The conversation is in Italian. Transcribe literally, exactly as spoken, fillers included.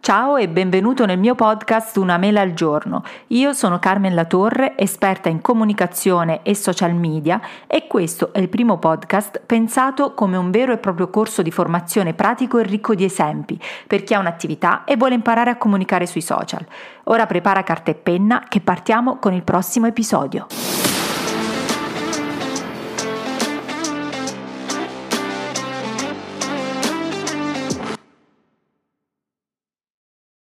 Ciao e benvenuto nel mio podcast Una mela al giorno. Io sono Carmen Latorre, esperta in comunicazione e social media, e questo è il primo podcast pensato come un vero e proprio corso di formazione pratico e ricco di esempi per chi ha un'attività e vuole imparare a comunicare sui social. Ora prepara carta e penna che partiamo con il prossimo episodio.